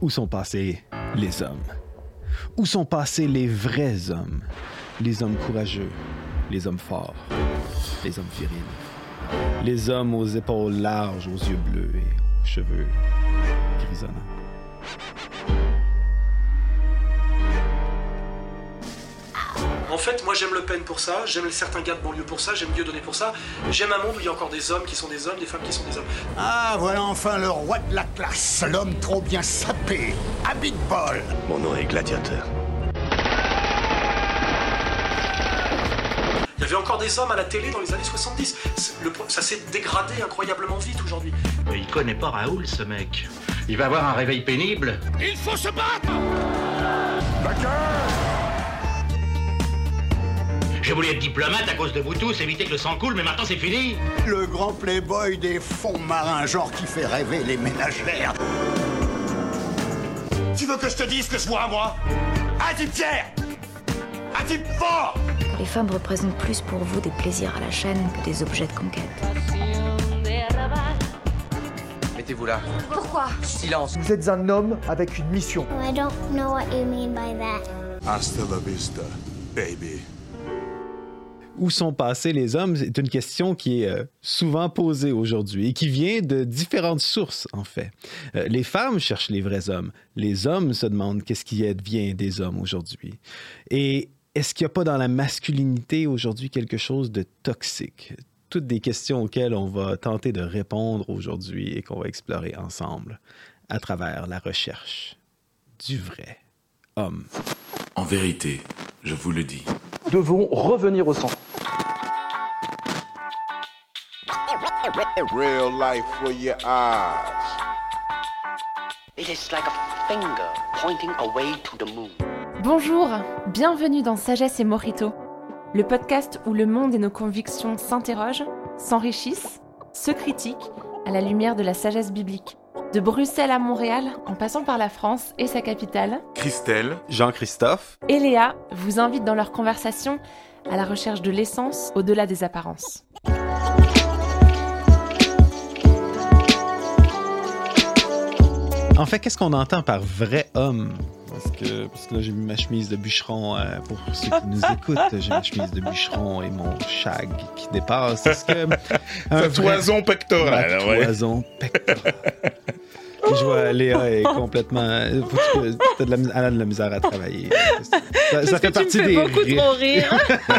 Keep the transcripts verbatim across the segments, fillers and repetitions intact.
Où sont passés les hommes? Où sont passés les vrais hommes? Les hommes courageux, les hommes forts, les hommes virils, les hommes aux épaules larges, aux yeux bleus et aux cheveux grisonnants. En fait, moi j'aime Le Pen pour ça, j'aime certains gars de banlieue pour ça, j'aime Dieudonné pour ça. J'aime un monde où il y a encore des hommes qui sont des hommes, des femmes qui sont des hommes. Ah, voilà enfin le roi de la classe, l'homme trop bien sapé, habit de bol. Mon nom est Gladiateur. Il y avait encore des hommes à la télé dans les années soixante-dix. Le, ça s'est dégradé incroyablement vite aujourd'hui. Mais il connaît pas Raoul, ce mec. Il va avoir un réveil pénible. Il faut se battre. Vainqueur. J'ai voulu être diplomate à cause de vous tous, éviter que le sang coule, mais maintenant c'est fini. Le grand playboy des fonds marins, genre qui fait rêver les ménagères. Tu veux que je te dise ce que je vois à moi? Un type fier, un type fort. Les femmes représentent plus pour vous des plaisirs à la chaîne que des objets de conquête. Mettez-vous là. Pourquoi? Silence. Vous êtes un homme avec une mission. I don't know what you mean by that. Hasta la vista, baby. Où sont passés les hommes? C'est une question qui est euh, souvent posée aujourd'hui et qui vient de différentes sources, en fait. Euh, les femmes cherchent les vrais hommes. Les hommes se demandent qu'est-ce qui advient des hommes aujourd'hui. Et est-ce qu'il n'y a pas dans la masculinité aujourd'hui quelque chose de toxique? Toutes des questions auxquelles on va tenter de répondre aujourd'hui et qu'on va explorer ensemble à travers la recherche du vrai homme. En vérité, je vous le dis. Nous devons revenir au centre. Real life for your eyes. It is like a finger pointing away to the moon. Bonjour, bienvenue dans Sagesse et Mojito, le podcast où le monde et nos convictions s'interrogent, s'enrichissent, se critiquent à la lumière de la sagesse biblique. De Bruxelles à Montréal, en passant par la France et sa capitale, Christelle, Jean-Christophe et Léa vous invitent dans leur conversation à la recherche de l'essence au-delà des apparences. En fait, qu'est-ce qu'on entend par vrai homme? Parce que, parce que là, j'ai mis ma chemise de bûcheron. Euh, pour ceux qui nous écoutent, j'ai ma chemise de bûcheron et mon shag qui dépasse. Est-ce que sa toison vrai... pectorale. Ma ouais. toison pectorale. Je vois Léa est complètement... T'as de la, elle a de la misère à travailler. Ça, ça fait partie des... beaucoup rires. trop rire.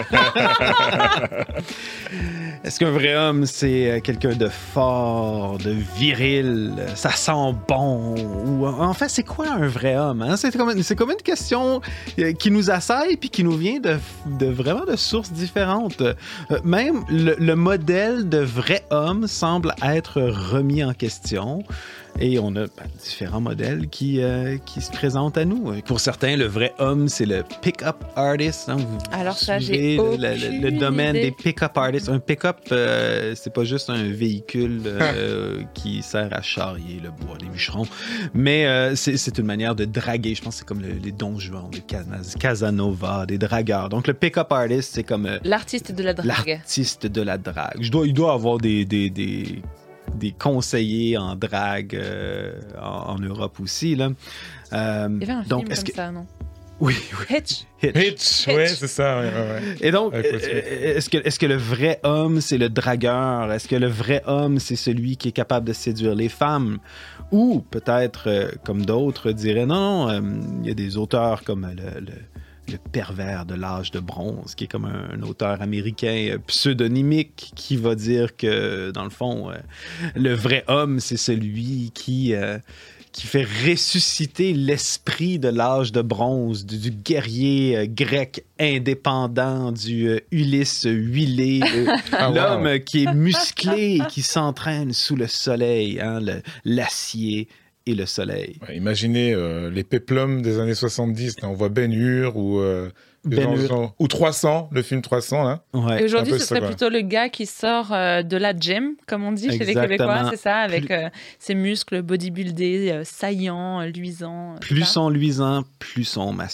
Est-ce qu'un vrai homme, c'est quelqu'un de fort, de viril, ça sent bon? Ou en fait, c'est quoi un vrai homme? Hein? C'est, comme, c'est comme une question qui nous assaille puis qui nous vient de, de vraiment de sources différentes. Même le, le modèle de vrai homme semble être remis en question. Et on a ben, différents modèles qui, euh, qui se présentent à nous. Pour certains, le vrai homme, c'est le pick-up artist. Hein. Vous Alors ça, j'ai le, le, le domaine idée. des pick-up artists. Un pick-up, euh, c'est pas juste un véhicule euh, qui sert à charrier le bois des bûcherons, mais euh, c'est, c'est une manière de draguer. Je pense que c'est comme le, les Don Juan, les Casanova, des dragueurs. Donc le pick-up artist, c'est comme... Euh, l'artiste de la drague. L'artiste de la drague. Je dois, il doit avoir des... des, des des conseillers en drague euh, en, en Europe aussi. Là. Euh, Il y avait un donc, film est-ce comme que... ça, non? Oui, oui. Hitch. Hitch, Hitch. Ouais, c'est ça. Ouais, ouais. Et donc, ouais, est-ce que, est-ce que le vrai homme, c'est le dragueur? Est-ce que le vrai homme, c'est celui qui est capable de séduire les femmes? Ou peut-être, euh, comme d'autres diraient, non, il euh, y a des auteurs comme le... le Le pervers de l'âge de bronze, qui est comme un, un auteur américain pseudonymique qui va dire que, dans le fond, euh, le vrai homme, c'est celui qui, euh, qui fait ressusciter l'esprit de l'âge de bronze, du, du guerrier euh, grec indépendant, du euh, Ulysse huilé, euh, ah, l'homme wow. qui est musclé et qui s'entraîne sous le soleil, hein, le, l'acier et le soleil. Ouais, imaginez euh, les péplums des années soixante-dix, là, on voit Ben-Hur ou, euh, Ben gens, ou trois cents, le film trois cents. Là. Ouais. Et aujourd'hui, ce serait ça, plutôt le gars qui sort euh, de la gym, comme on dit Exactement. chez les Québécois, c'est ça, avec euh, ses muscles bodybuildés, euh, saillants, luisants. Plus sont luisants, plus sont masculins.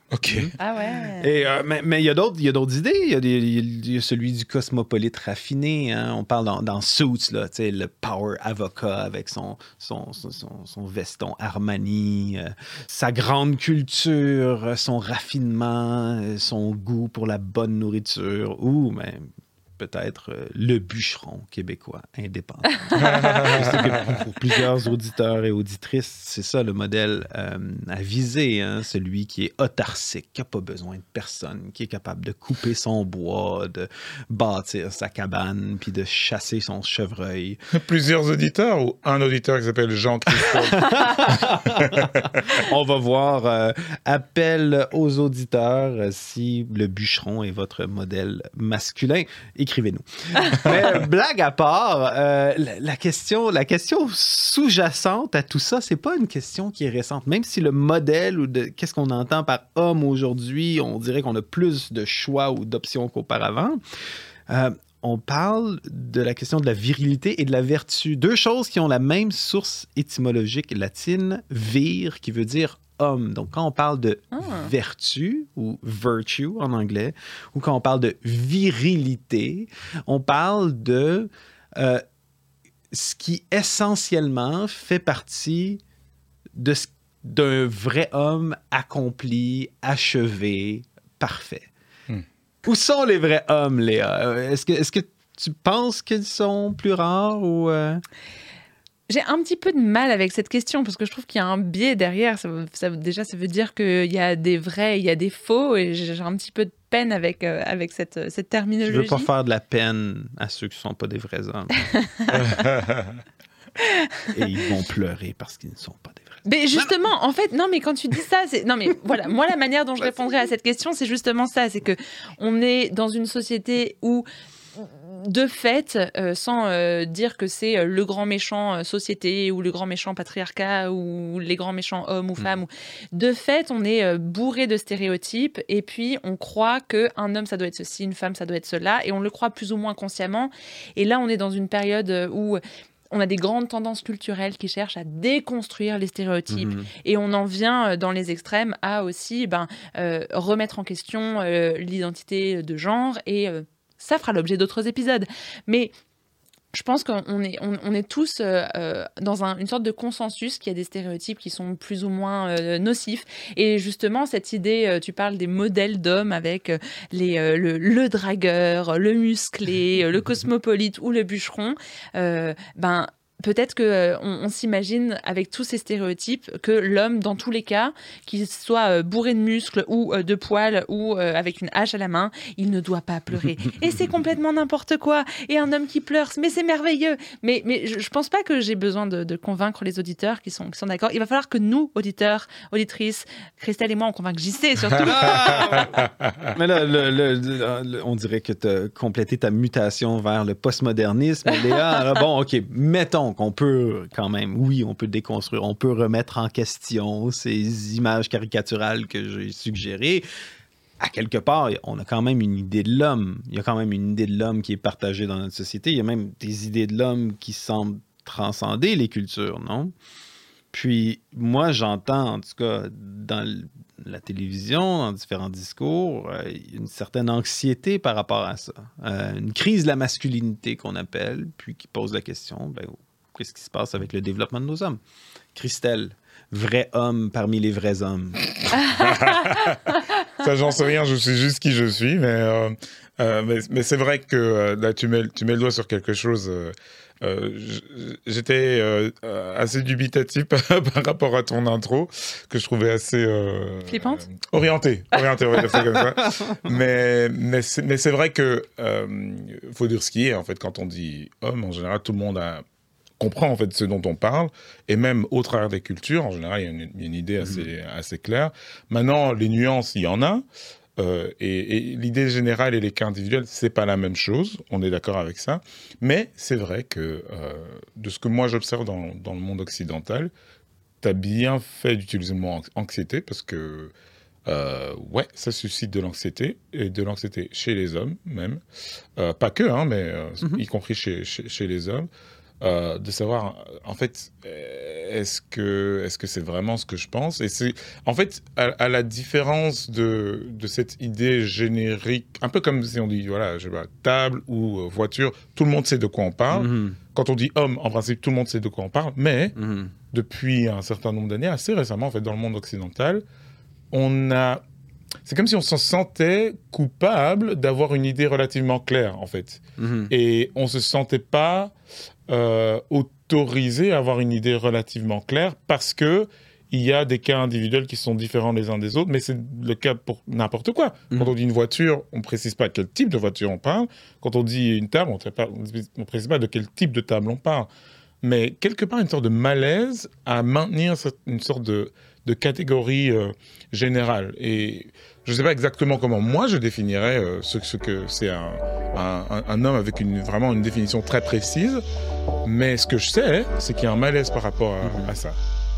OK. Ah ouais. Et, euh, mais mais il y a d'autres, il y a d'autres idées. Il y a, des, il y a celui du cosmopolite raffiné. Hein. On parle dans, dans Suits, là, le power avocat avec son, son, son, son, son veston Armani, euh, sa grande culture, son raffinement, son goût pour la bonne nourriture. Ou même peut-être euh, le bûcheron québécois indépendant. Je sais que pour plusieurs auditeurs et auditrices, c'est ça le modèle euh, à viser. Hein? Celui qui est autarcique, qui n'a pas besoin de personne, qui est capable de couper son bois, de bâtir sa cabane, puis de chasser son chevreuil. Plusieurs auditeurs ou un auditeur qui s'appelle Jean-Christophe? On va voir. Euh, appel aux auditeurs euh, si le bûcheron est votre modèle masculin. Écrivez-nous. Mais blague à part, euh, la, la, question, la question sous-jacente à tout ça, c'est pas une question qui est récente. Même si le modèle ou de qu'est-ce qu'on entend par homme aujourd'hui, on dirait qu'on a plus de choix ou d'options qu'auparavant. Euh, on parle de la question de la virilité et de la vertu. Deux choses qui ont la même source étymologique latine, vir, qui veut dire homme. Donc, quand on parle de ah. vertu ou virtue en anglais, ou quand on parle de virilité, on parle de euh, ce qui essentiellement fait partie de ce, d'un vrai homme accompli, achevé, parfait. Hmm. Où sont les vrais hommes, Léa? Est-ce que, est-ce que tu penses qu'ils sont plus rares ou... Euh... J'ai un petit peu de mal avec cette question parce que je trouve qu'il y a un biais derrière. Ça, ça, déjà, ça veut dire qu'il y a des vrais, il y a des faux et j'ai un petit peu de peine avec, euh, avec cette, cette terminologie. Je veux pas faire de la peine à ceux qui ne sont pas des vrais hommes. Et ils vont pleurer parce qu'ils ne sont pas des vrais hommes. Mais justement, en fait, non, mais quand tu dis ça, c'est... Non, mais voilà, moi, la manière dont je répondrais à cette question, c'est justement ça. C'est qu'on est dans une société où... de fait, euh, sans euh, dire que c'est euh, le grand méchant euh, société ou le grand méchant patriarcat ou les grands méchants hommes ou femmes, mmh. ou... de fait, on est euh, bourré de stéréotypes et puis on croit qu'un homme, ça doit être ceci, une femme, ça doit être cela, et on le croit plus ou moins consciemment. Et là, on est dans une période où on a des grandes tendances culturelles qui cherchent à déconstruire les stéréotypes mmh. et on en vient dans les extrêmes à aussi ben, euh, remettre en question euh, l'identité de genre et euh, ça fera l'objet d'autres épisodes. Mais je pense qu'on est, on, on est tous euh, dans un, une sorte de consensus qu'il y a des stéréotypes qui sont plus ou moins euh, nocifs. Et justement, cette idée, euh, tu parles des modèles d'hommes avec euh, les, euh, le, le dragueur, le musclé, euh, le cosmopolite ou le bûcheron, euh, ben... peut-être qu'on euh, on s'imagine avec tous ces stéréotypes que l'homme, dans tous les cas, qu'il soit euh, bourré de muscles ou euh, de poils ou euh, avec une hache à la main, il ne doit pas pleurer. Et c'est complètement n'importe quoi. Et un homme qui pleure, mais c'est merveilleux. Mais, mais je ne pense pas que j'ai besoin de, de convaincre les auditeurs qui sont, qui sont d'accord. Il va falloir que nous, auditeurs, auditrices, Christelle et moi, on convainque J C surtout. Mais là, le, le, le, le, on dirait que tu as complété ta mutation vers le postmodernisme. Léa, alors bon, OK, mettons qu'on peut quand même, oui, on peut déconstruire, on peut remettre en question ces images caricaturales que j'ai suggérées. À quelque part, on a quand même une idée de l'homme. Il y a quand même une idée de l'homme qui est partagée dans notre société. Il y a même des idées de l'homme qui semblent transcender les cultures, non? Puis moi, j'entends, en tout cas, dans la télévision, dans différents discours, euh, une certaine anxiété par rapport à ça. Euh, une crise de la masculinité qu'on appelle, puis qui pose la question, ben, qu'est-ce qui se passe avec le développement de nos hommes? Christelle, vrai homme parmi les vrais hommes. Ça, j'en sais rien, je suis juste qui je suis, mais, euh, euh, mais, mais c'est vrai que euh, là, tu mets, tu mets le doigt sur quelque chose. Euh, euh, j'étais euh, assez dubitatif par, par rapport à ton intro, que je trouvais assez... Euh, Flippante euh, Orienté, orienté, on va dire ça comme ça. Mais, mais, c'est, mais c'est vrai que euh, faut dire ce qui est, en fait, quand on dit homme, en général, tout le monde a... comprend en fait ce dont on parle, et même au travers des cultures, en général, il y a une, il y a une idée assez, mmh. assez claire. Maintenant, les nuances, il y en a, euh, et, et l'idée générale et les cas individuels, c'est pas la même chose, on est d'accord avec ça, mais c'est vrai que, euh, de ce que moi j'observe dans, dans le monde occidental, t'as bien fait d'utiliser le mot anxiété, parce que, euh, ouais, ça suscite de l'anxiété, et de l'anxiété chez les hommes même, euh, pas que, hein, mais euh, mmh. y compris chez, chez, chez les hommes. euh, de savoir, en fait, est-ce que, est-ce que c'est vraiment ce que je pense? Et c'est, en fait, à, à la différence de, de cette idée générique, un peu comme si on dit, voilà, je sais pas, table ou euh, voiture, tout le monde sait de quoi on parle. Mm-hmm. Quand on dit homme, en principe, tout le monde sait de quoi on parle, mais mm-hmm. depuis un certain nombre d'années, assez récemment, en fait, dans le monde occidental, on a... C'est comme si on se sentait coupable d'avoir une idée relativement claire, en fait. Mm-hmm. Et on ne se sentait pas euh, autorisé à avoir une idée relativement claire parce qu'il y a des cas individuels qui sont différents les uns des autres, mais c'est le cas pour n'importe quoi. Mm-hmm. Quand on dit une voiture, on ne précise pas quel type de voiture on parle. Quand on dit une table, on ne précise pas de quel type de table on parle. Mais quelque part, une sorte de malaise à maintenir une sorte de... de catégorie euh, générale. Et je ne sais pas exactement comment moi je définirais euh, ce, ce que c'est un, un, un homme avec une, vraiment une définition très précise, mais ce que je sais, c'est qu'il y a un malaise par rapport à, mm-hmm. à ça.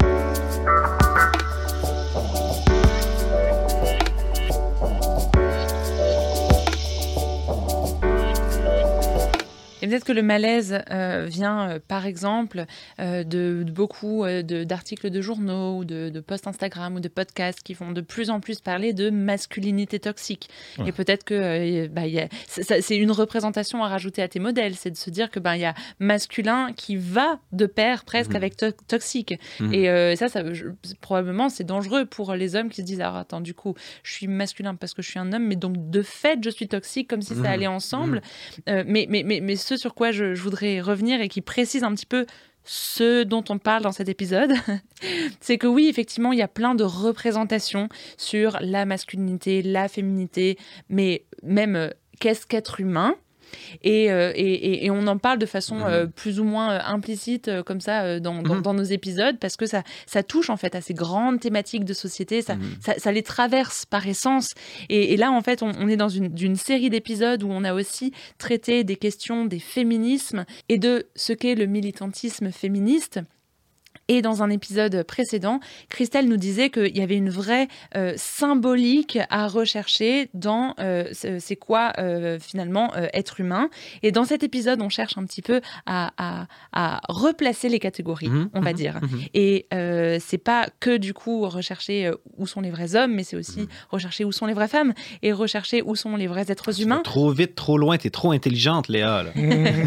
Et peut-être que le malaise euh, vient, euh, par exemple, euh, de, de beaucoup euh, de, d'articles de journaux ou de, de posts Instagram ou de podcasts qui font de plus en plus parler de masculinité toxique. Ouais. Et peut-être que euh, bah, y a, c'est, c'est une représentation à rajouter à tes modèles, c'est de se dire que bah, y a masculin qui va de pair presque mmh. avec to- toxique. Mmh. Et euh, ça, ça je, probablement, c'est dangereux pour les hommes qui se disent « Ah, attends, du coup, je suis masculin parce que je suis un homme, mais donc de fait, je suis toxique, comme si mmh. ça allait ensemble. Mmh. Euh, mais, mais, mais, mais ce sur quoi je, je voudrais revenir et qui précise un petit peu ce dont on parle dans cet épisode, c'est que oui, effectivement, il y a plein de représentations sur la masculinité, la féminité, mais même euh, qu'est-ce qu'être humain ? Et, euh, et, et on en parle de façon euh, plus ou moins euh, implicite euh, comme ça euh, dans, dans, dans nos épisodes parce que ça, ça touche en fait à ces grandes thématiques de société, ça, mmh. ça, ça les traverse par essence et, et là en fait on, on est dans une, d'une série d'épisodes où on a aussi traité des questions des féminismes et de ce qu'est le militantisme féministe. Et dans un épisode précédent, Christelle nous disait qu'il y avait une vraie euh, symbolique à rechercher dans euh, c'est quoi euh, finalement euh, être humain. Et dans cet épisode, on cherche un petit peu à, à, à replacer les catégories, mmh, on va mmh, dire. Mmh. Et euh, c'est pas que du coup rechercher euh, où sont les vrais hommes, mais c'est aussi mmh. rechercher où sont les vraies femmes et rechercher où sont les vrais êtres ah, humains. Trop vite, trop loin, t'es trop intelligente, Léa. Là.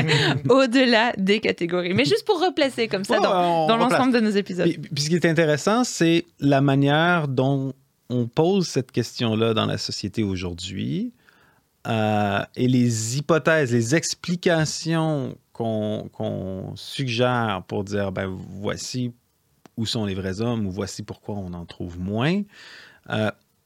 Au-delà des catégories. Mais juste pour replacer comme ça oh, dans, dans l'ensemble de nos épisodes. Puis, puis ce qui est intéressant, c'est la manière dont on pose cette question-là dans la société aujourd'hui euh, et les hypothèses, les explications qu'on, qu'on suggère pour dire ben, voici où sont les vrais hommes ou voici pourquoi on en trouve moins, euh,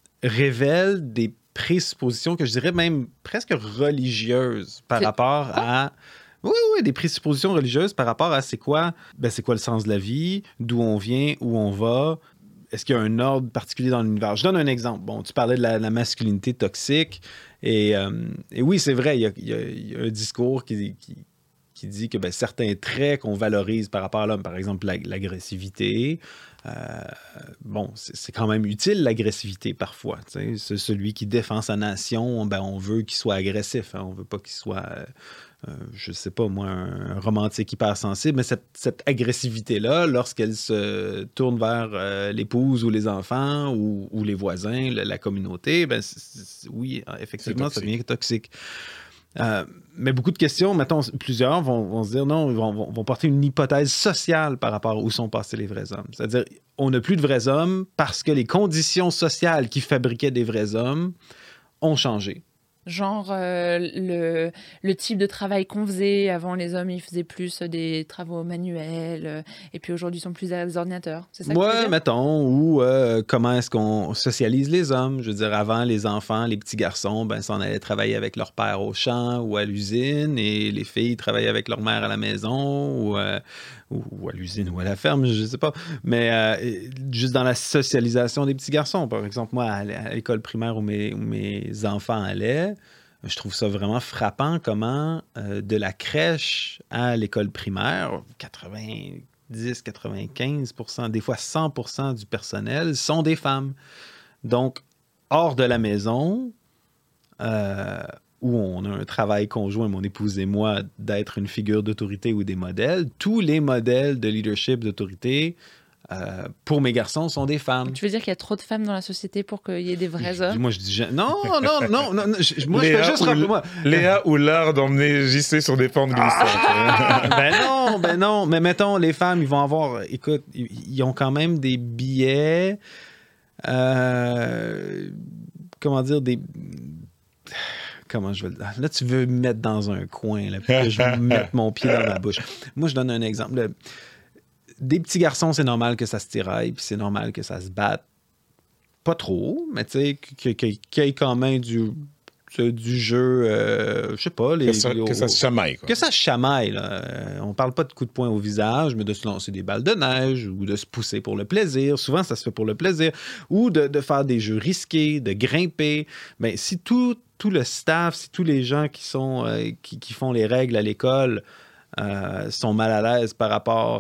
révèlent des présuppositions que je dirais même presque religieuses par c'est... rapport à... Oui, oui, des présuppositions religieuses par rapport à c'est quoi, ben c'est quoi le sens de la vie, d'où on vient, où on va, est-ce qu'il y a un ordre particulier dans l'univers. Je donne un exemple. Bon, tu parlais de la, la masculinité toxique, et, euh, et oui, c'est vrai, il y a, il y a, il y a un discours qui, qui, qui dit que ben, certains traits qu'on valorise par rapport à l'homme, par exemple la, l'agressivité, euh, bon, c'est, c'est quand même utile l'agressivité parfois. C'est celui qui défend sa nation, ben, on veut qu'il soit agressif, hein, on veut pas qu'il soit... Euh, Euh, je sais pas, moi, un romantique hyper sensible, mais cette, cette agressivité-là, lorsqu'elle se tourne vers euh, l'épouse ou les enfants ou, ou les voisins, la, la communauté, ben c'est, c'est, oui, effectivement, ça devient toxique. Euh, mais beaucoup de questions, mettons, plusieurs vont, vont se dire non, ils vont, vont, vont porter une hypothèse sociale par rapport à où sont passés les vrais hommes. C'est-à-dire, on n'a plus de vrais hommes parce que les conditions sociales qui fabriquaient des vrais hommes ont changé. Genre euh, le, le type de travail qu'on faisait. Avant, les hommes, ils faisaient plus des travaux manuels. Euh, et puis aujourd'hui, ils sont plus à des ordinateurs. C'est ça que ouais, tu veux dire? Mettons. Ou euh, comment est-ce qu'on socialise les hommes? Je veux dire, avant, les enfants, les petits garçons, ben, s'en allaient travailler avec leur père au champ ou à l'usine. Et les filles travaillaient avec leur mère à la maison ou, euh, ou, ou à l'usine ou à la ferme, je sais pas. Mais euh, juste dans la socialisation des petits garçons. Par exemple, moi, à l'école primaire où mes, où mes enfants allaient, je trouve ça vraiment frappant comment euh, de la crèche à l'école primaire, quatre-vingt-dix à quatre-vingt-quinze pour cent, des fois cent pour cent du personnel sont des femmes. Donc, hors de la maison, euh, où on a un travail conjoint, mon épouse et moi, d'être une figure d'autorité ou des modèles, tous les modèles de leadership, d'autorité, euh, pour mes garçons, sont des femmes. Tu veux dire qu'il y a trop de femmes dans la société pour qu'il y ait des vrais hommes? Moi, je dis... Non, non, non, non, non je, moi, Léa je fais juste... Ou, rappeler, moi. Léa ou l'art d'emmener J C sur des pentes glissantes. Ben non, ben non. Mais mettons, les femmes, ils vont avoir... Écoute, ils, ils ont quand même des billets... Euh, comment dire, des... Comment je vais le dire? Là, tu veux me mettre dans un coin, là, puis que je vais mettre mon pied dans ma bouche. Moi, je donne un exemple. Là. Des petits garçons, c'est normal que ça se tiraille, puis c'est normal que ça se batte. Pas trop, mais tu sais, qu'il y ait quand même du, du jeu, euh, je sais pas... Les, que, ça, les, que ça se chamaille, quoi. Que ça se chamaille, là. Euh, on parle pas de coups de poing au visage, mais de se lancer des balles de neige ou de se pousser pour le plaisir. Souvent, ça se fait pour le plaisir. Ou de, de faire des jeux risqués, de grimper. Mais si tout, tout le staff, si tous les gens qui, sont, euh, qui, qui font les règles à l'école euh, sont mal à l'aise par rapport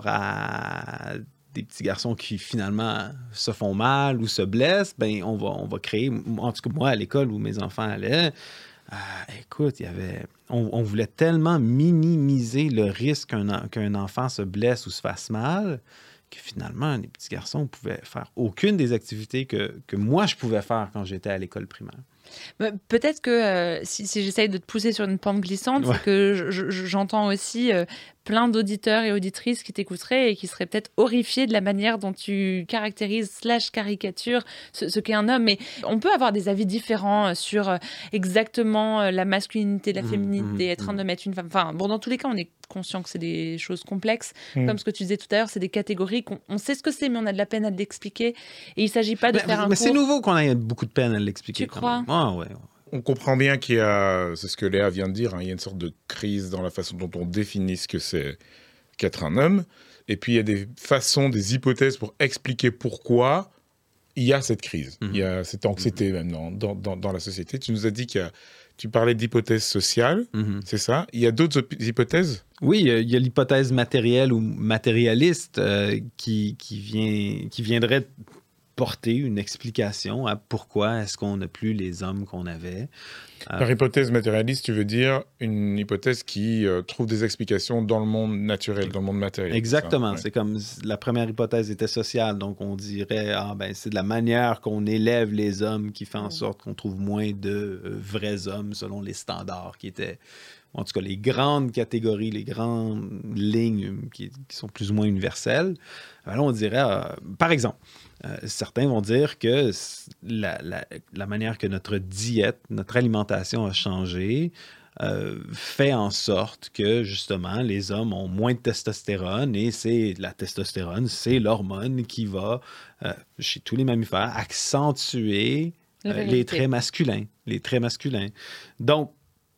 à des petits garçons qui, finalement, se font mal ou se blessent, ben on va, on va créer... En tout cas, moi, à l'école où mes enfants allaient, euh, écoute, il y avait... On, on voulait tellement minimiser le risque qu'un, qu'un enfant se blesse ou se fasse mal que, finalement, les petits garçons ne pouvaient faire aucune des activités que, que moi, je pouvais faire quand j'étais à l'école primaire. Peut-être que euh, si, si j'essaye de te pousser sur une pente glissante, ouais. c'est que je, je, j'entends aussi euh, plein d'auditeurs et auditrices qui t'écouteraient et qui seraient peut-être horrifiés de la manière dont tu caractérises slash caricatures ce, ce qu'est un homme. Mais on peut avoir des avis différents sur euh, exactement euh, la masculinité, la féminité, mmh, être mmh. un homme, être une femme. Enfin, bon, dans tous les cas, on est conscient que c'est des choses complexes. Mmh. Comme ce que tu disais tout à l'heure, c'est des catégories qu'on on sait ce que c'est, mais on a de la peine à l'expliquer. Et il ne s'agit pas de mais, faire mais un Mais cours... c'est nouveau qu'on ait beaucoup de peine à l'expliquer. Tu crois? Ah, ouais. On comprend bien qu'il y a, c'est ce que Léa vient de dire, hein, il y a une sorte de crise dans la façon dont on définit ce que c'est qu'être un homme. Et puis il y a des façons, des hypothèses pour expliquer pourquoi il y a cette crise. Mm-hmm. Il y a cette anxiété mm-hmm. même dans, dans, dans, dans la société. Tu nous as dit qu'il y a, tu parlais d'hypothèses sociales, mm-hmm. c'est ça? Il y a d'autres op- hypothèses? Oui, il y a l'hypothèse matérielle ou matérialiste euh, qui, qui, vient, qui viendrait porter une explication à pourquoi est-ce qu'on n'a plus les hommes qu'on avait. Par euh, hypothèse matérialiste, tu veux dire une hypothèse qui euh, trouve des explications dans le monde naturel, dans le monde matériel. Exactement. Ouais. C'est comme la première hypothèse était sociale, donc on dirait ah ben c'est de la manière qu'on élève les hommes qui fait en sorte qu'on trouve moins de euh, vrais hommes selon les standards qui étaient, en tout cas les grandes catégories, les grandes lignes qui, qui sont plus ou moins universelles. Alors on dirait, euh, par exemple, Euh, certains vont dire que la, la, la manière que notre diète, notre alimentation a changé euh, fait en sorte que, justement, les hommes ont moins de testostérone et c'est la testostérone, c'est l'hormone qui va, euh, chez tous les mammifères, accentuer euh, les traits masculins. Les traits masculins. Donc,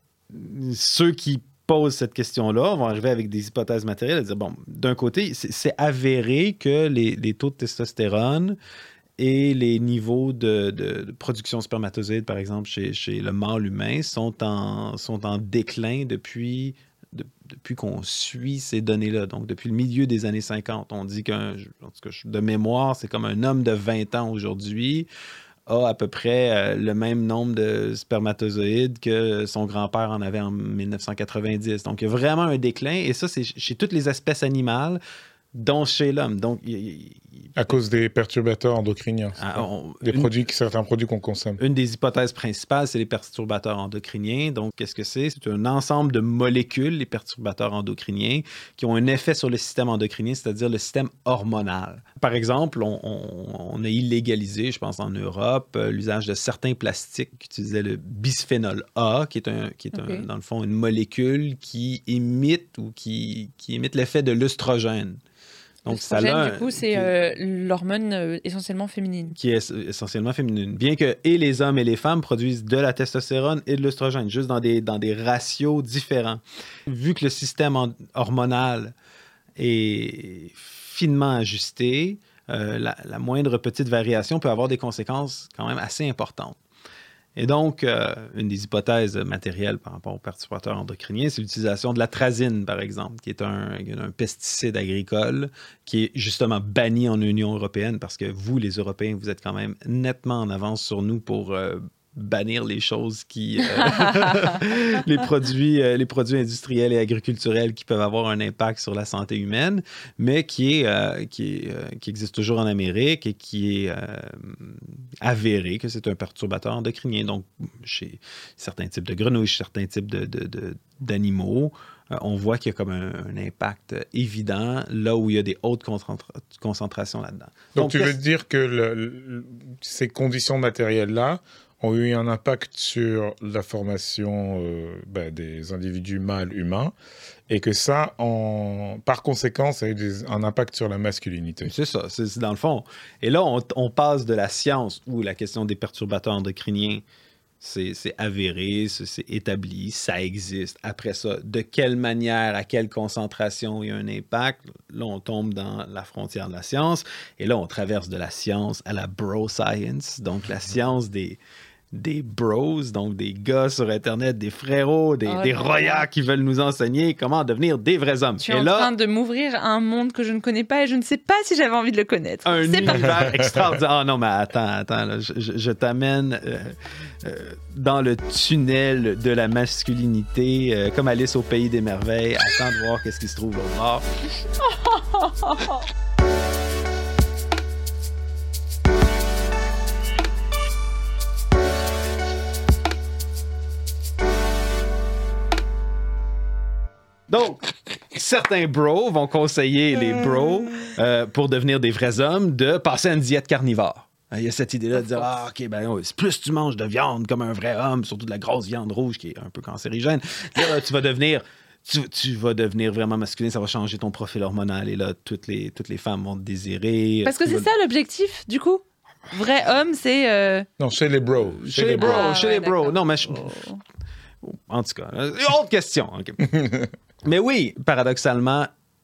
ceux qui posent cette question-là, vont arriver avec des hypothèses matérielles et dire, bon, d'un côté, c'est, c'est avéré que les, les taux de testostérone et les niveaux de, de, de production spermatozoïde, par exemple, chez, chez le mâle humain, sont en, sont en déclin depuis, de, depuis qu'on suit ces données-là. Donc, depuis le milieu des années cinquante. On dit qu'un, en tout cas, de mémoire, c'est comme un homme de vingt ans aujourd'hui a à peu près euh, le même nombre de spermatozoïdes que son grand-père en avait en dix-neuf cent quatre-vingt-dix. Donc, il y a vraiment un déclin, et ça, c'est chez toutes les espèces animales, dont chez l'homme. Donc, il, il, à cause des perturbateurs endocriniens. Ah, on, des une, produits, certains produits qu'on consomme. Une des hypothèses principales, c'est les perturbateurs endocriniens. Donc, qu'est-ce que c'est? C'est un ensemble de molécules, les perturbateurs endocriniens, qui ont un effet sur le système endocrinien, c'est-à-dire le système hormonal. Par exemple, on, on, on a illégalisé, je pense en Europe, euh, l'usage de certains plastiques qui utilisaient le bisphénol A, qui est, un, qui est okay. un, dans le fond une molécule qui imite ou qui, qui imite l'effet de l'œstrogène. Donc, ça là, du coup, c'est qui, euh, l'hormone euh, essentiellement féminine. Qui est essentiellement féminine. Bien que et les hommes et les femmes produisent de la testostérone et de l'œstrogène, juste dans des, dans des ratios différents. Vu que le système en, hormonal est finement ajusté, euh, la, la moindre petite variation peut avoir des conséquences quand même assez importantes. Et donc, euh, une des hypothèses matérielles par rapport aux perturbateurs endocriniens, c'est l'utilisation de l'atrazine, par exemple, qui est un, un pesticide agricole qui est justement banni en Union européenne parce que vous, les Européens, vous êtes quand même nettement en avance sur nous pour euh, bannir les choses qui... Euh, les, produits, euh, les produits industriels et agriculturels qui peuvent avoir un impact sur la santé humaine, mais qui, est, euh, qui, est, euh, qui existe toujours en Amérique et qui est euh, avéré que c'est un perturbateur endocrinien. Donc, chez certains types de grenouilles, chez certains types de, de, de, d'animaux, euh, on voit qu'il y a comme un, un impact évident là où il y a des hautes concentra- concentrations là-dedans. Donc, Donc tu veux dire que le, le, ces conditions matérielles-là ont eu un impact sur la formation euh, ben, des individus mâles humains et que ça, en, par conséquent, ça a eu des, un impact sur la masculinité. C'est ça, c'est, c'est dans le fond. Et là, on, on passe de la science où la question des perturbateurs endocriniens, c'est, c'est avéré, c'est, c'est établi, ça existe. Après ça, de quelle manière, à quelle concentration il y a un impact, là, on tombe dans la frontière de la science. Et là, on traverse de la science à la bro science, donc la science des... des bros, donc des gars sur Internet, des frérots, des, oh des royards qui veulent nous enseigner comment devenir des vrais hommes. Tu et es en là, train de m'ouvrir à un monde que je ne connais pas et je ne sais pas si j'avais envie de le connaître. Un C'est univers extraordinaire. Ah non, mais attends, attends, là, je, je, je t'amène euh, euh, dans le tunnel de la masculinité, euh, comme Alice au Pays des Merveilles. Attends de voir qu'est-ce qui se trouve au bord. Donc, certains bros vont conseiller les bros, euh, pour devenir des vrais hommes, de passer à une diète carnivore. Il y a cette idée-là de dire « Ah, OK, ben plus tu manges de viande comme un vrai homme, surtout de la grosse viande rouge qui est un peu cancérigène, là, tu vas devenir... Tu, tu vas devenir vraiment masculin, ça va changer ton profil hormonal et là, toutes les, toutes les femmes vont te désirer. » Parce que tu c'est vas... ça l'objectif, du coup. Vrai homme, c'est... Euh... Non, chez les bros. Chez, chez les bros, ah, chez ouais, les bros. Non, mais... Je... Oh. En tout cas, autre question. Okay. Mais oui, paradoxalement,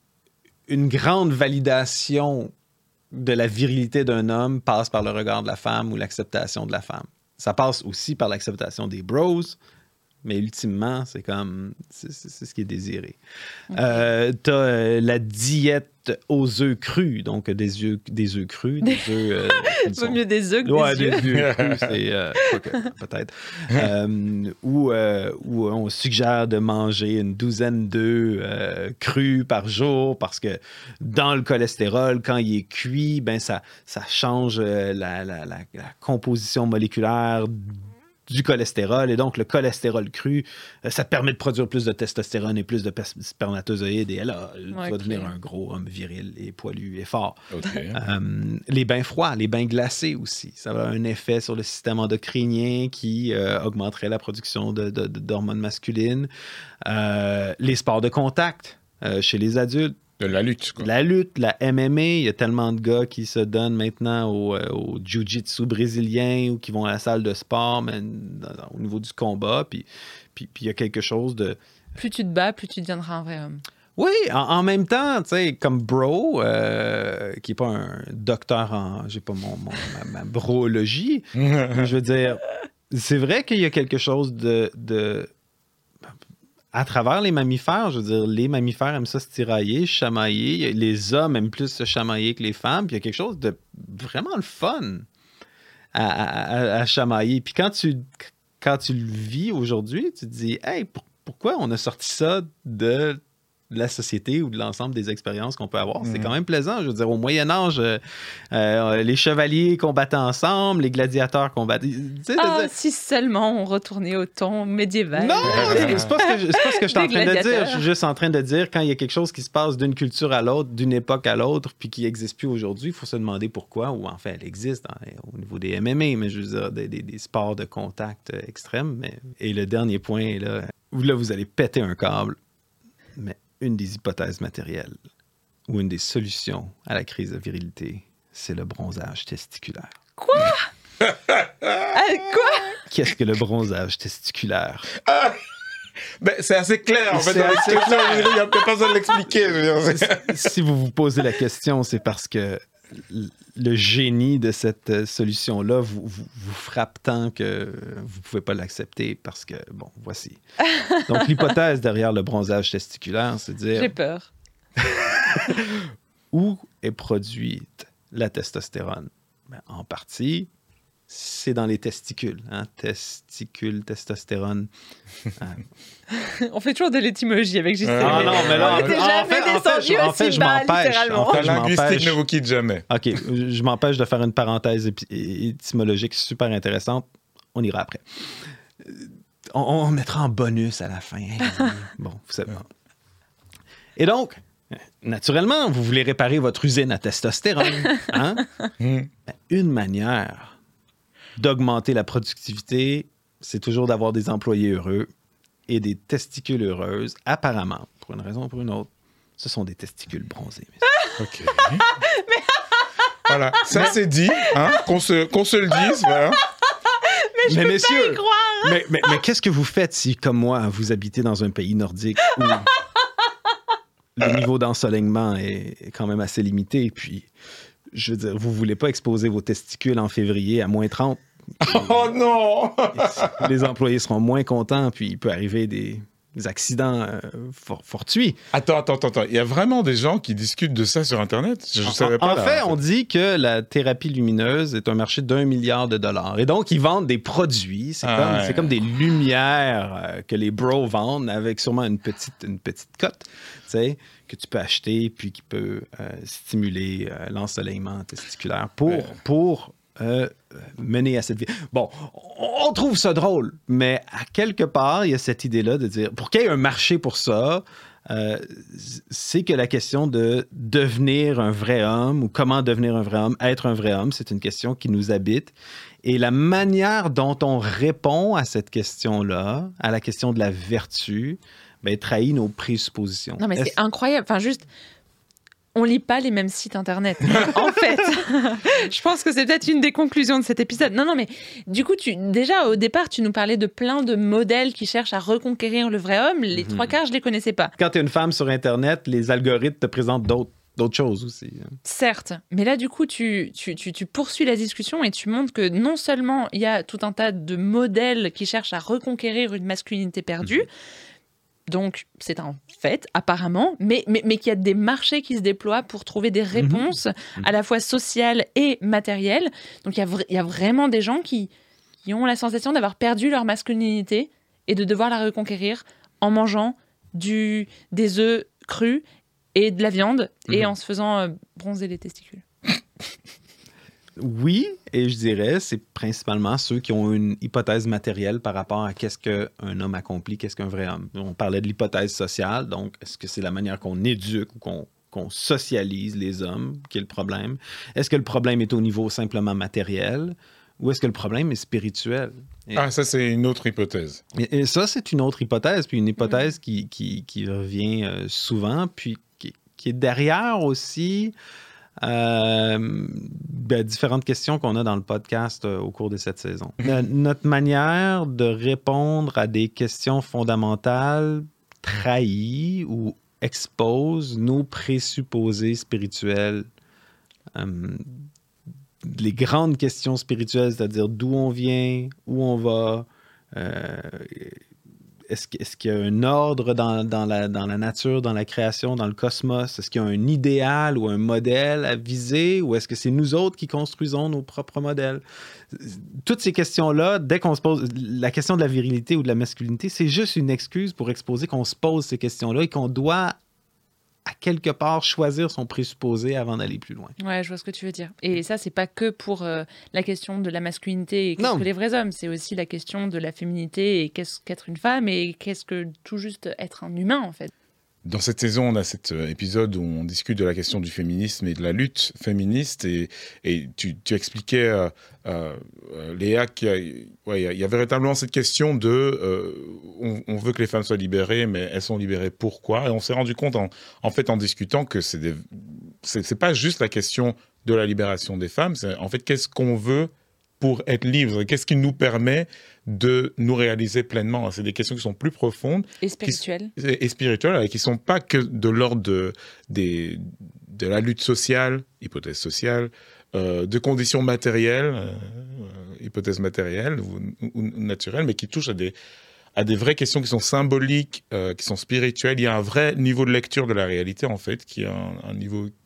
une grande validation de la virilité d'un homme passe par le regard de la femme ou l'acceptation de la femme. Ça passe aussi par l'acceptation des bros, mais ultimement, c'est comme... C'est, c'est, c'est ce qui est désiré. Okay. Euh, t'as euh, la diète aux œufs crus, donc des œufs, des œufs crus, des œufs... Euh, Vaut mieux des œufs que ouais, des œufs. des œufs crus, c'est... Euh, peut-être. Euh, où, euh, où on suggère de manger une douzaine d'œufs euh, crus par jour, parce que dans le cholestérol, quand il est cuit, ben ça, ça change euh, la, la, la, la composition moléculaire du cholestérol, et donc le cholestérol cru, ça te permet de produire plus de testostérone et plus de spermatozoïdes, et là, tu okay. vas devenir un gros homme viril et poilu et fort. Okay. Euh, les bains froids, les bains glacés aussi, ça a un effet sur le système endocrinien qui euh, augmenterait la production de, de, de, d'hormones masculines. Euh, les sports de contact euh, chez les adultes, de la lutte, quoi. La lutte, la M M A, il y a tellement de gars qui se donnent maintenant au, euh, au jiu-jitsu brésilien ou qui vont à la salle de sport, mais dans, dans, au niveau du combat, puis puis il y a quelque chose de... Plus tu te bats, plus tu deviendras un vrai homme. Oui, en, en même temps, tu sais, comme bro, euh, qui n'est pas un docteur en... J'ai pas mon, mon ma, ma brologie, je veux dire, c'est vrai qu'il y a quelque chose de... de à travers les mammifères, je veux dire, les mammifères aiment ça se tirailler, chamailler. Les hommes aiment plus se chamailler que les femmes. Puis il y a quelque chose de vraiment le fun à, à, à chamailler. Puis quand tu, quand tu le vis aujourd'hui, tu te dis, hey, pour, pourquoi on a sorti ça de la société ou de l'ensemble des expériences qu'on peut avoir? Mmh. C'est quand même plaisant. Je veux dire, au Moyen-Âge, euh, euh, les chevaliers combattaient ensemble, les gladiateurs combattaient. Tu sais, ah, c'est... si seulement on retournait au temps médiéval. Non, c'est pas ce que je, c'est pas ce que je suis en train de dire. Je suis juste en train de dire, quand il y a quelque chose qui se passe d'une culture à l'autre, d'une époque à l'autre, puis qui n'existe plus aujourd'hui, il faut se demander pourquoi, ou en fait, elle existe hein, au niveau des M M A, mais je veux dire, des, des, des sports de contact extrêmes. Mais... Et le dernier point, là, où là, vous allez péter un câble. Mais une des hypothèses matérielles ou une des solutions à la crise de virilité, c'est le bronzage testiculaire. Quoi? euh, quoi? Qu'est-ce que le bronzage testiculaire? Ah! Ben, c'est assez clair, en fait. C'est assez clair. Il n'y a pas besoin de l'expliquer. Si vous vous posez la question, c'est parce que le génie de cette solution-là vous, vous, vous frappe tant que vous ne pouvez pas l'accepter parce que, bon, voici. Donc, l'hypothèse derrière le bronzage testiculaire, c'est de dire... J'ai peur. Où est produite la testostérone? Ben, en partie, c'est dans les testicules. Hein? Testicules, testostérone. On fait toujours de l'étymologie avec Gisèle. Ah non, mais là, on n'était jamais descendu en fait, aussi je bas, m'empêche. littéralement. En fait, La je linguistique m'empêche. ne vous quitte jamais. OK, je m'empêche de faire une parenthèse épi- étymologique super intéressante. On ira après. On, on mettra en bonus à la fin. Bon, vous savez. Et donc, naturellement, vous voulez réparer votre usine à testostérone. Hein? Une manière d'augmenter la productivité, c'est toujours d'avoir des employés heureux et des testicules heureuses. Apparemment, pour une raison ou pour une autre, ce sont des testicules bronzés. OK. Voilà, ça c'est dit, hein, qu'on se, qu'on se le dise, voilà. Mais je mais peux messieurs, pas y croire. Mais, mais, mais qu'est-ce que vous faites si, comme moi, vous habitez dans un pays nordique où le niveau d'ensoleillement est est quand même assez limité, puis, je veux dire, vous ne voulez pas exposer vos testicules en février à moins trente. Oh non! Les employés seront moins contents, puis il peut arriver des, des accidents euh, for- fortuits. Attends, attends, attends, attends. Il y a vraiment des gens qui discutent de ça sur Internet? Je ne savais pas. En là, fait, en on dit que la thérapie lumineuse est un marché d'un milliard de dollars. Et donc, ils vendent des produits. C'est, Ah comme, ouais. c'est comme des lumières euh, que les bros vendent avec sûrement une petite, une petite cote, tu sais, que tu peux acheter puis qui peut euh, stimuler euh, l'ensoleillement testiculaire pour, Ouais. pour euh, mener à cette vie. Bon, on, on trouve ça drôle, mais à quelque part, il y a cette idée-là de dire, pour qu'il y ait un marché pour ça, Euh, c'est que la question de devenir un vrai homme ou comment devenir un vrai homme, être un vrai homme, c'est une question qui nous habite. Et la manière dont on répond à cette question-là, à la question de la vertu, ben, trahit nos présuppositions. Non, mais Est-ce- c'est incroyable. Enfin, juste, on lit pas les mêmes sites internet. En fait, je pense que c'est peut-être une des conclusions de cet épisode. Non, non, mais du coup, tu, déjà au départ, tu nous parlais de plein de modèles qui cherchent à reconquérir le vrai homme. Les Mhm. trois quarts, je les connaissais pas. Quand tu es une femme sur Internet, les algorithmes te présentent d'autres, d'autres choses aussi. Certes, mais là, du coup, tu, tu, tu, tu poursuis la discussion et tu montres que non seulement il y a tout un tas de modèles qui cherchent à reconquérir une masculinité perdue, donc c'est un fait, apparemment, mais, mais, mais qu'il y a des marchés qui se déploient pour trouver des réponses à la fois sociales et matérielles. Donc il y a, vra- il y a vraiment des gens qui, qui ont la sensation d'avoir perdu leur masculinité et de devoir la reconquérir en mangeant du, des œufs crus et de la viande et Mhm. en se faisant euh, bronzer les testicules. Oui, et je dirais, c'est principalement ceux qui ont une hypothèse matérielle par rapport à qu'est-ce qu'un homme accomplit, qu'est-ce qu'un vrai homme. On parlait de l'hypothèse sociale, donc est-ce que c'est la manière qu'on éduque ou qu'on, qu'on socialise les hommes qui est le problème? Est-ce que le problème est au niveau simplement matériel ou est-ce que le problème est spirituel? Et, Ah, ça, c'est une autre hypothèse. et- et ça, c'est une autre hypothèse, puis une hypothèse qui, qui, qui revient euh, souvent, puis qui, qui est derrière aussi... Euh, ben, différentes questions qu'on a dans le podcast euh, au cours de cette saison. No- notre manière de répondre à des questions fondamentales trahit ou expose nos présupposés spirituels. Euh, les grandes questions spirituelles, c'est-à-dire d'où on vient, où on va, euh, Est-ce, qu'- est-ce qu'il y a un ordre dans, dans, la, dans la nature, dans la création, dans le cosmos? Est-ce qu'il y a un idéal ou un modèle à viser? Ou est-ce que c'est nous autres qui construisons nos propres modèles? Toutes ces questions-là, dès qu'on se pose... La question de la virilité ou de la masculinité, c'est juste une excuse pour exposer qu'on se pose ces questions-là et qu'on doit, à quelque part, choisir son présupposé avant d'aller plus loin. Ouais, je vois ce que tu veux dire. Et ça, c'est pas que pour euh, la question de la masculinité et qu'est-ce Non. que les vrais hommes, c'est aussi la question de la féminité et qu'est-ce qu'être une femme et qu'est-ce que tout juste être un humain, en fait. Dans cette saison, on a cet euh, épisode où on discute de la question du féminisme et de la lutte féministe. Et, et tu, tu expliquais, euh, euh, euh, Léa, qu'il y a, ouais, il y a- il y a véritablement cette question de... euh, on, on veut que les femmes soient libérées, mais elles sont libérées pourquoi? Et on s'est rendu compte, en, en fait, en discutant, que c'est, des, c'est, c'est pas juste la question de la libération des femmes. C'est en fait, qu'est-ce qu'on veut pour être libre? Qu'est-ce qui nous permet de nous réaliser pleinement? C'est des questions qui sont plus profondes Et spirituel. qui, et spirituelles, et qui ne sont pas que de l'ordre de, des, de la lutte sociale, hypothèse sociale, euh, de conditions matérielles, euh, euh, hypothèse matérielle ou, ou- ou naturelle, mais qui touchent à des, à des vraies questions qui sont symboliques, euh, qui sont spirituelles. Il y a un vrai niveau de lecture de la réalité, en fait, qui est un, un niveau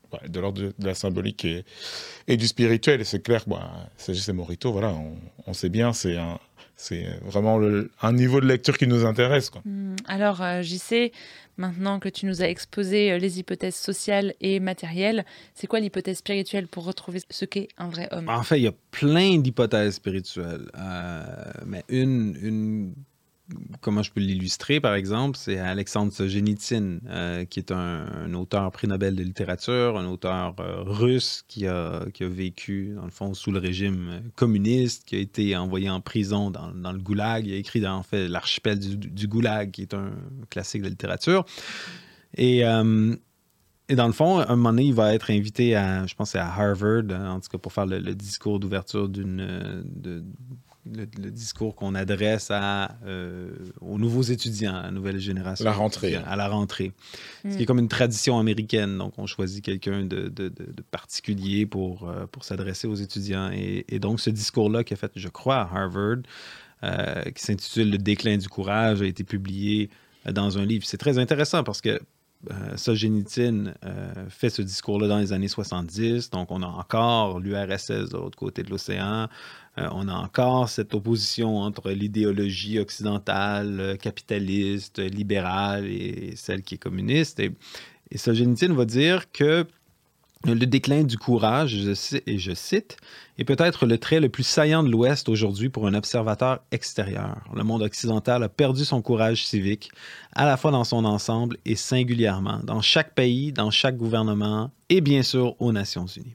ouais, de l'ordre de, de la symbolique et, et du spirituel. Et c'est clair que bah, Sagesse et Morito, voilà, on, on sait bien, c'est un, c'est vraiment le, un niveau de lecture qui nous intéresse, quoi. Alors, euh, J C, maintenant que tu nous as exposé euh, les hypothèses sociales et matérielles, c'est quoi l'hypothèse spirituelle pour retrouver ce qu'est un vrai homme? En fait, il y a plein d'hypothèses spirituelles. Euh, mais une, une, comment je peux l'illustrer, par exemple, c'est Alexandre Solzhenitsyn, euh, qui est un, un auteur prix Nobel de littérature, un auteur euh, russe qui a, qui a vécu, dans le fond, sous le régime communiste, qui a été envoyé en prison dans, dans le goulag. Il a écrit, en fait, L'archipel du, du goulag, qui est un classique de littérature. Et... Euh, Et dans le fond, un moment donné, il va être invité à, je pense, c'est à Harvard, en tout cas pour faire le, le discours d'ouverture d'une, de, le, le discours qu'on adresse à, euh, aux nouveaux étudiants, à la nouvelle génération. La rentrée. À la rentrée. Mm. Ce qui est comme une tradition américaine. Donc, on choisit quelqu'un de, de, de, de particulier pour, euh, pour s'adresser aux étudiants. Et, et donc, ce discours-là qui a fait, je crois, à Harvard, euh, qui s'intitule « Le déclin du courage », a été publié dans un livre. C'est très intéressant parce que Euh, Solzhenitsyn euh, fait ce discours-là dans les années soixante-dix, donc on a encore l'U R S S de l'autre côté de l'océan, euh, on a encore cette opposition entre l'idéologie occidentale, euh, capitaliste, libérale et celle qui est communiste. Et, et Solzhenitsyn va dire que le déclin du courage, je cite, et je cite, est peut-être le trait le plus saillant de l'Ouest aujourd'hui pour un observateur extérieur. Le monde occidental a perdu son courage civique, à la fois dans son ensemble et singulièrement, dans chaque pays, dans chaque gouvernement et bien sûr aux Nations Unies.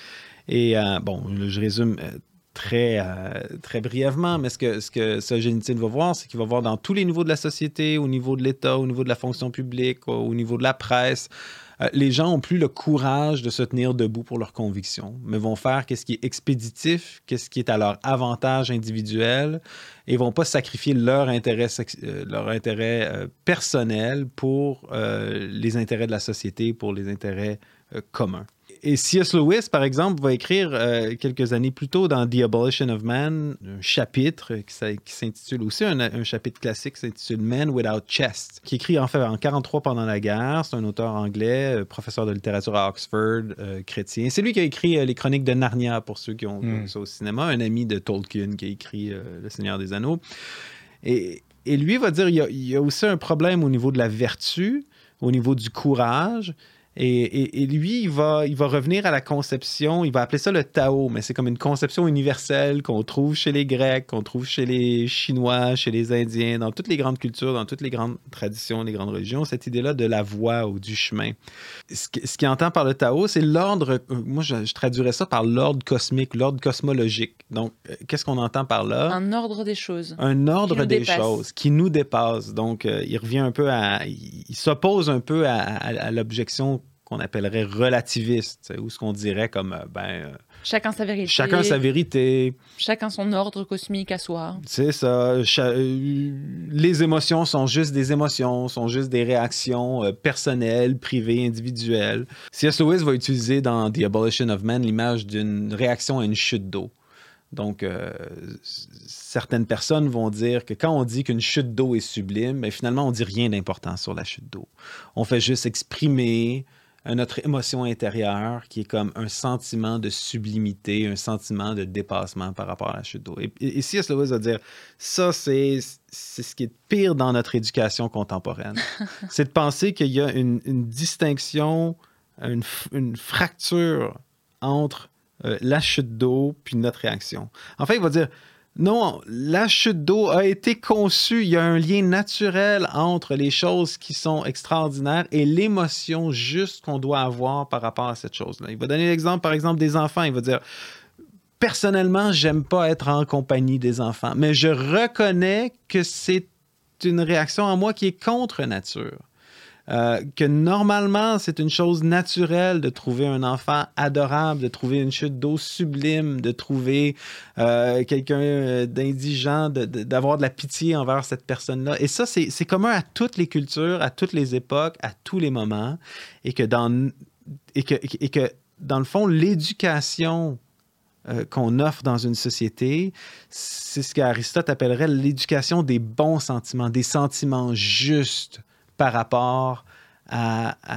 Et euh, bon, je résume euh, très, euh, très brièvement, mais ce que, ce que Solzhenitsyn va voir, c'est qu'il va voir dans tous les niveaux de la société, au niveau de l'État, au niveau de la fonction publique, au niveau de la presse, Euh, les gens n'ont plus le courage de se tenir debout pour leurs convictions, mais vont faire qu'est-ce qui est expéditif, qu'est-ce qui est à leur avantage individuel, et vont pas sacrifier leur intérêt, euh, leur intérêt euh, personnel pour euh, les intérêts de la société, pour les intérêts euh, communs. Et C S Lewis, par exemple, va écrire euh, quelques années plus tôt dans The Abolition of Man un chapitre qui, qui s'intitule aussi, un, un chapitre classique qui s'intitule Men Without Chest, qui écrit en fait en quarante-trois pendant la guerre. C'est un auteur anglais, euh, professeur de littérature à Oxford, euh, chrétien. C'est lui qui a écrit euh, les Chroniques de Narnia, pour ceux qui ont mm. vu ça au cinéma, un ami de Tolkien qui a écrit euh, Le Seigneur des Anneaux. Et, et lui va dire qu'il y a, il y a aussi un problème au niveau de la vertu, au niveau du courage. Et, et, et lui, il va, il va revenir à la conception, il va appeler ça le Tao, mais c'est comme une conception universelle qu'on trouve chez les Grecs, qu'on trouve chez les Chinois, chez les Indiens, dans toutes les grandes cultures, dans toutes les grandes traditions, les grandes religions, cette idée-là de la voie ou du chemin. Ce, ce qu'il entend par le Tao, c'est l'ordre, moi je, je traduirais ça par l'ordre cosmique, l'ordre cosmologique. Donc, qu'est-ce qu'on entend par là? Un ordre des choses. Un ordre des dépasse. choses qui nous dépasse. Donc, euh, il revient un peu à... Il, il s'oppose un peu à, à, à l'objection qu'on appellerait relativiste, ou ce qu'on dirait comme, ben... Chacun sa vérité. Chacun sa vérité. Chacun son ordre cosmique à soi. C'est ça. Cha- les émotions sont juste des émotions, sont juste des réactions euh, personnelles, privées, individuelles. C S Lewis va utiliser dans The Abolition of Man l'image d'une réaction à une chute d'eau. Donc, euh, certaines personnes vont dire que quand on dit qu'une chute d'eau est sublime, ben, finalement, on dit rien d'important sur la chute d'eau. On fait juste exprimer notre émotion intérieure qui est comme un sentiment de sublimité, un sentiment de dépassement par rapport à la chute d'eau. Et, et, et C S Lewis va dire, ça, c'est, c'est ce qui est pire dans notre éducation contemporaine. C'est de penser qu'il y a une, une distinction, une, une fracture entre euh, la chute d'eau puis notre réaction. En fait, il va dire, non, la chute d'eau a été conçue, il y a un lien naturel entre les choses qui sont extraordinaires et l'émotion juste qu'on doit avoir par rapport à cette chose-là. Il va donner l'exemple, par exemple, des enfants. Il va dire, personnellement, j'aime pas être en compagnie des enfants, mais je reconnais que c'est une réaction en moi qui est contre nature. Euh, que normalement, c'est une chose naturelle de trouver un enfant adorable, de trouver une chute d'eau sublime, de trouver euh, quelqu'un d'indigent, de, de, d'avoir de la pitié envers cette personne-là. Et ça, c'est, c'est commun à toutes les cultures, à toutes les époques, à tous les moments. Et que dans, et que, et que, dans le fond, l'éducation euh, qu'on offre dans une société, c'est ce qu'Aristote appellerait l'éducation des bons sentiments, des sentiments justes par rapport à, à,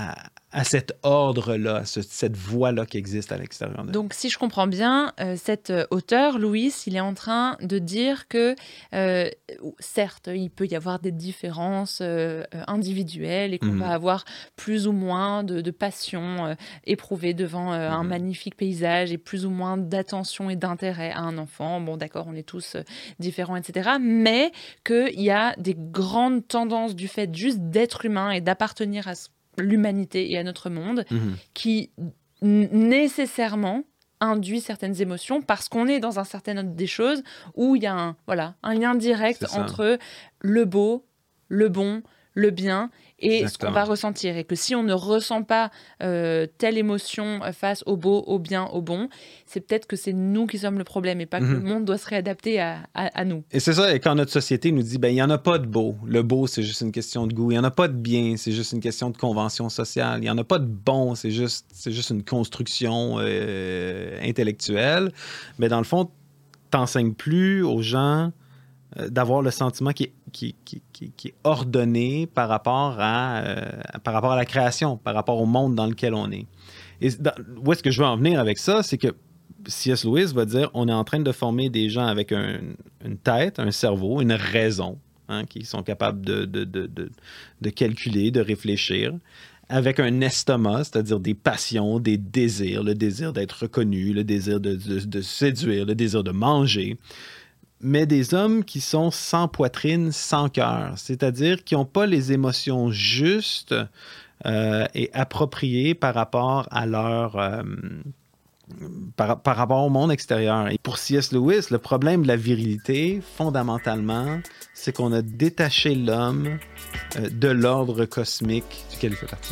à cet ordre-là, à ce, cette voie-là qui existe à l'extérieur de nous. Donc, si je comprends bien, euh, cet euh, auteur, Louis, il est en train de dire que, euh, certes, il peut y avoir des différences euh, individuelles et qu'on mmh. va avoir plus ou moins de, de passion euh, éprouvée devant euh, mmh. un magnifique paysage et plus ou moins d'attention et d'intérêt à un enfant. Bon, d'accord, on est tous euh, différents, et cetera. Mais qu'il y a des grandes tendances du fait juste d'être humain et d'appartenir à ce l'humanité et à notre monde, mmh. qui n- nécessairement induit certaines émotions parce qu'on est dans un certain ordre des choses où il y a un, voilà, un lien direct entre le beau, le bon, le bien et Exactement. Ce qu'on va ressentir. Et que si on ne ressent pas euh, telle émotion face au beau, au bien, au bon, c'est peut-être que c'est nous qui sommes le problème et pas mm-hmm. que le monde doit se réadapter à, à, à nous. Et c'est ça, et quand notre société nous dit, ben il n'y en a pas de beau. Le beau, c'est juste une question de goût. Il n'y en a pas de bien, c'est juste une question de convention sociale. Il n'y en a pas de bon, c'est juste, c'est juste une construction euh, intellectuelle. Mais dans le fond, t'enseignes plus aux gens d'avoir le sentiment qui est, qui, qui, qui, qui est ordonné par rapport, à, euh, par rapport à la création, par rapport au monde dans lequel on est. Et dans, où est-ce que je veux en venir avec ça? C'est que C S. Lewis va dire on est en train de former des gens avec un, une tête, un cerveau, une raison, hein, qui sont capables de, de, de, de, de calculer, de réfléchir, avec un estomac, c'est-à-dire des passions, des désirs, le désir d'être reconnu, le désir de, de, de séduire, le désir de manger, mais des hommes qui sont sans poitrine, sans cœur, c'est-à-dire qui n'ont pas les émotions justes euh, et appropriées par rapport à leur... Euh, par, par rapport au monde extérieur. Et pour C S. Lewis, le problème de la virilité, fondamentalement, c'est qu'on a détaché l'homme euh, de l'ordre cosmique duquel il fait partie.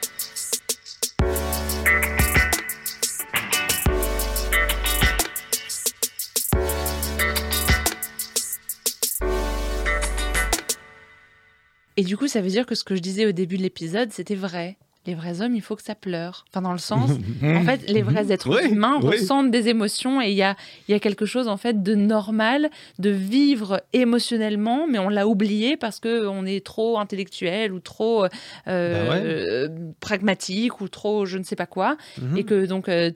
Et du coup, ça veut dire que ce que je disais au début de l'épisode, c'était vrai. Les vrais hommes, il faut que ça pleure. Enfin, dans le sens, en fait, les vrais êtres oui, humains oui. ressentent des émotions et il y a, y a quelque chose, en fait, de normal, de vivre émotionnellement, mais on l'a oublié parce qu'on est trop intellectuel ou trop euh, ben ouais. euh, pragmatique ou trop je ne sais pas quoi. Mm-hmm. Et que, donc... Euh,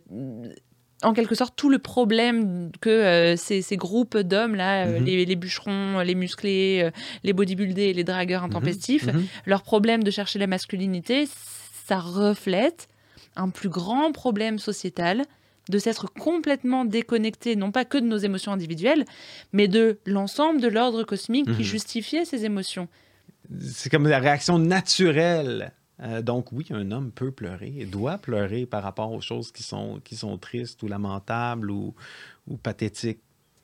en quelque sorte, tout le problème que euh, ces, ces groupes d'hommes, là, mm-hmm. euh, les, les bûcherons, les musclés, euh, les bodybuildés, les dragueurs intempestifs, mm-hmm. leur problème de chercher la masculinité, ça reflète un plus grand problème sociétal de s'être complètement déconnecté, non pas que de nos émotions individuelles, mais de l'ensemble de l'ordre cosmique mm-hmm. qui justifiait ces émotions. C'est comme la réaction naturelle. Euh, donc oui, un homme peut pleurer et doit pleurer par rapport aux choses qui sont, qui sont tristes ou lamentables ou, ou pathétiques.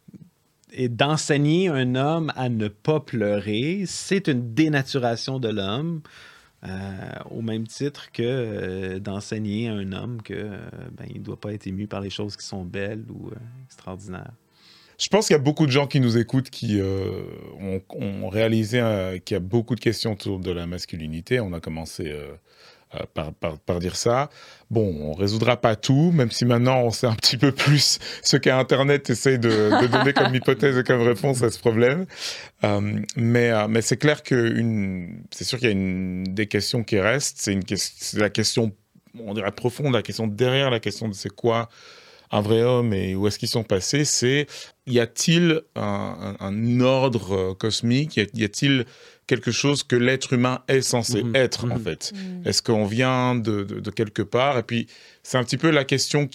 Et d'enseigner un homme à ne pas pleurer, c'est une dénaturation de l'homme, euh, au même titre que euh, d'enseigner à un homme qu'il euh, ben, ne doit pas être ému par les choses qui sont belles ou euh, extraordinaires. Je pense qu'il y a beaucoup de gens qui nous écoutent qui euh, ont, ont réalisé euh, qu'il y a beaucoup de questions autour de la masculinité. On a commencé euh, euh, par, par, par dire ça. Bon, on ne résoudra pas tout, même si maintenant on sait un petit peu plus ce qu'Internet essaie de, de donner comme hypothèse et comme réponse à ce problème. Euh, mais euh, mais c'est clair que une, c'est sûr qu'il y a une des questions qui restent. C'est, une, c'est la question, on dirait profonde, la question derrière la question de c'est quoi un vrai homme et où est-ce qu'ils sont passés, c'est y a-t-il un, un, un ordre cosmique, y, a, y a-t-il quelque chose que l'être humain est censé mmh, être mmh. en fait mmh. Est-ce qu'on vient de, de, de quelque part? Et puis c'est un petit peu la question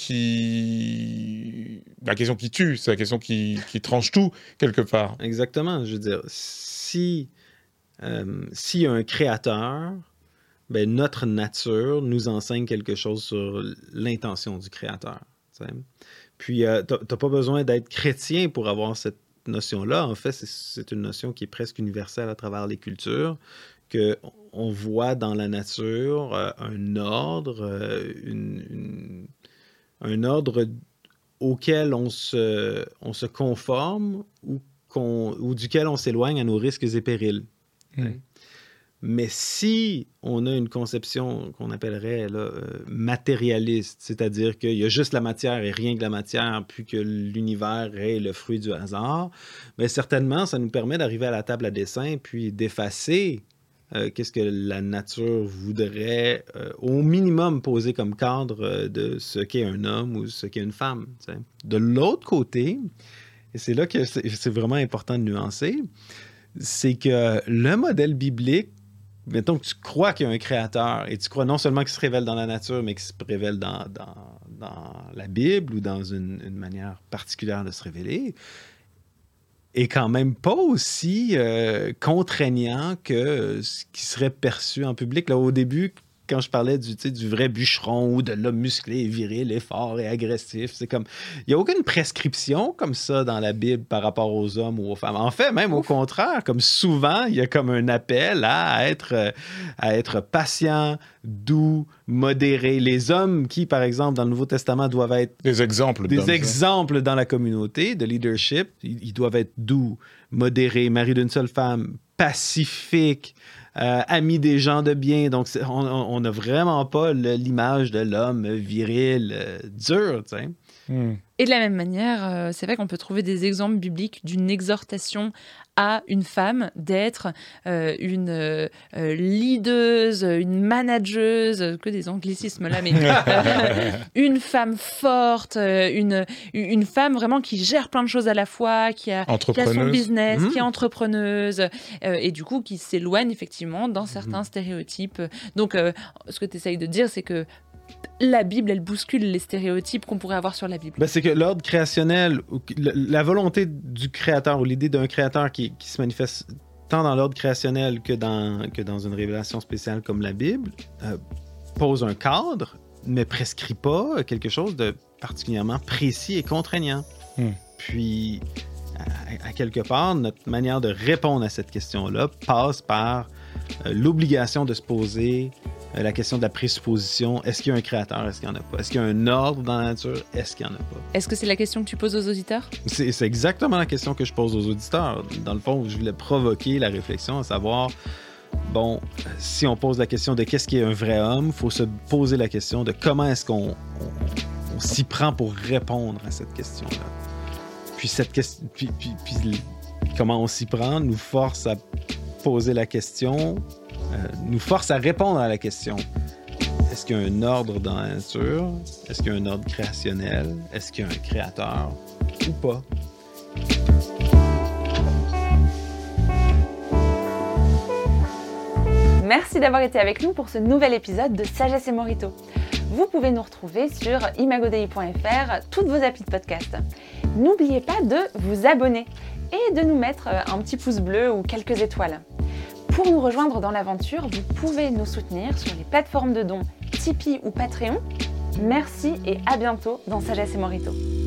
qui la question qui tue, c'est la question qui, qui tranche tout quelque part. Exactement, je veux dire, si euh, s'il y a un créateur, ben, notre nature nous enseigne quelque chose sur l'intention du créateur. Puis, euh, tu n'as pas besoin d'être chrétien pour avoir cette notion-là. En fait, c'est, c'est une notion qui est presque universelle à travers les cultures, qu'on voit dans la nature euh, un ordre, euh, une, une, un ordre auquel on se, on se conforme ou, qu'on, ou duquel on s'éloigne à nos risques et périls. Mmh. Mais si on a une conception qu'on appellerait là, euh, matérialiste, c'est-à-dire qu'il y a juste la matière et rien que la matière, puis que l'univers est le fruit du hasard, bien certainement, ça nous permet d'arriver à la table à dessin puis d'effacer euh, qu'est-ce que la nature voudrait euh, au minimum poser comme cadre euh, de ce qu'est un homme ou ce qu'est une femme. T'sais. De l'autre côté, et c'est là que c'est, c'est vraiment important de nuancer, c'est que le modèle biblique, mettons que tu crois qu'il y a un créateur et tu crois non seulement qu'il se révèle dans la nature, mais qu'il se révèle dans, dans, dans la Bible ou dans une, une manière particulière de se révéler, est quand même pas aussi euh, contraignant que ce qui serait perçu en public. Là, au début, quand je parlais du, du vrai bûcheron ou de l'homme musclé, viril et fort et agressif, c'est comme... Il n'y a aucune prescription comme ça dans la Bible par rapport aux hommes ou aux femmes. En fait, même au contraire, comme souvent, il y a comme un appel à être, à être patient, doux, modéré. Les hommes qui, par exemple, dans le Nouveau Testament, doivent être... Des exemples. Des exemples dans la communauté de leadership. Ils, ils doivent être doux, modérés, mari d'une seule femme, pacifiques, Euh, amis des gens de bien. Donc, on n'a vraiment pas le, l'image de l'homme viril, euh, dur, tu sais. Mm. Et de la même manière, euh, c'est vrai qu'on peut trouver des exemples bibliques d'une exhortation à une femme d'être euh, une euh, leaduse, une manageuse, que des anglicismes là, mais euh, une femme forte, une, une femme vraiment qui gère plein de choses à la fois, qui a, qui a son business, mmh. qui est entrepreneuse, euh, et du coup qui s'éloigne effectivement dans certains mmh. stéréotypes. Donc, euh, ce que tu essayes de dire, c'est que la Bible, elle bouscule les stéréotypes qu'on pourrait avoir sur la Bible. Ben, c'est que l'ordre créationnel, la volonté du créateur ou l'idée d'un créateur qui, qui se manifeste tant dans l'ordre créationnel que dans, que dans une révélation spéciale comme la Bible, euh, pose un cadre, mais prescrit pas quelque chose de particulièrement précis et contraignant. Mm. Puis, à, à quelque part, notre manière de répondre à cette question-là passe par euh, l'obligation de se poser Euh, la question de la présupposition, est-ce qu'il y a un créateur, est-ce qu'il n'y en a pas? Est-ce qu'il y a un ordre dans la nature, est-ce qu'il n'y en a pas? Est-ce que c'est la question que tu poses aux auditeurs? C'est, c'est exactement la question que je pose aux auditeurs. Dans le fond, je voulais provoquer la réflexion, à savoir, bon, si on pose la question de qu'est-ce qui est un vrai homme, il faut se poser la question de comment est-ce qu'on on, on s'y prend pour répondre à cette question-là. Puis, cette question, puis, puis, puis comment on s'y prend nous force à poser la question... Euh, nous force à répondre à la question. Est-ce qu'il y a un ordre dans la nature? Est-ce qu'il y a un ordre créationnel? Est-ce qu'il y a un créateur ou pas? Merci d'avoir été avec nous pour ce nouvel épisode de Sagesse et Morito. Vous pouvez nous retrouver sur imagodei point f r, toutes vos applis de podcast. N'oubliez pas de vous abonner et de nous mettre un petit pouce bleu ou quelques étoiles. Pour nous rejoindre dans l'aventure, vous pouvez nous soutenir sur les plateformes de dons Tipeee ou Patreon. Merci et à bientôt dans Sagesse et Morito.